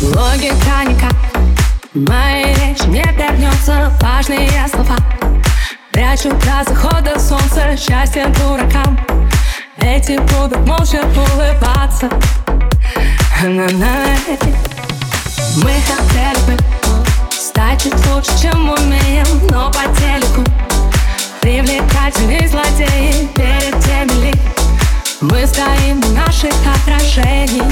Логика никак в моей речи не вернется. Важные слова прячу до захода солнца. Счастье дуракам, эти будут молча улыбаться. Мы хотели бы стать чуть лучше, чем умеем, но по телеку привлекательные злодеи. Перед теми ли мы стоим в наших отражениях.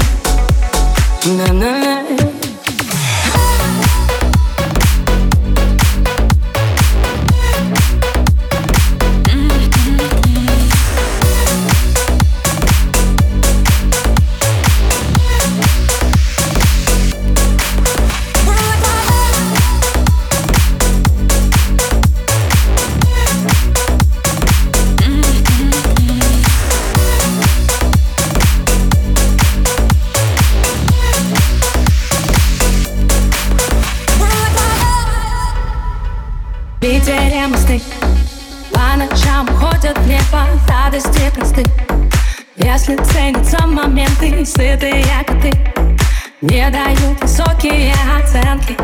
В Питере мосты по ночам ходят в небо, радости просты. Если ценятся моменты, сытые коты не дают высокие оценки.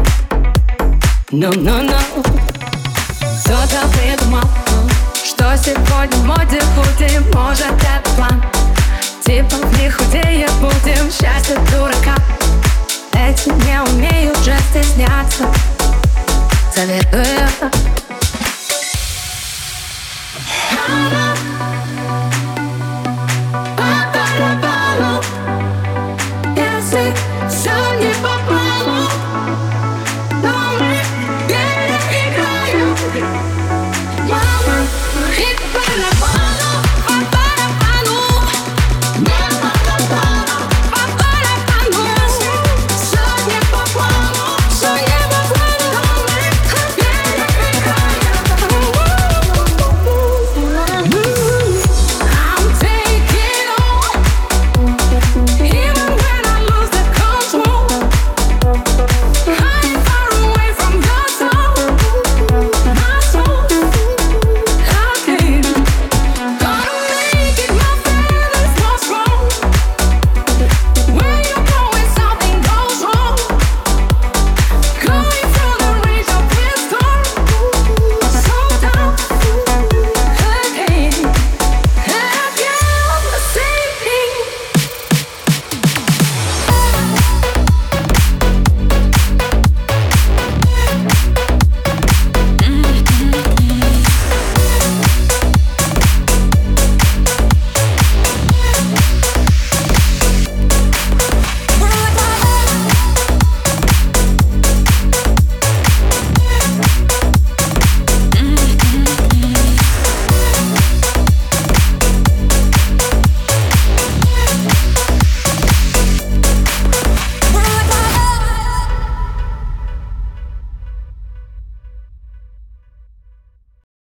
Кто-то придумал, что сегодня в моде будем. Может, это план, типа не худее будем. Счастье дурака, эти не умеют же стесняться. Советую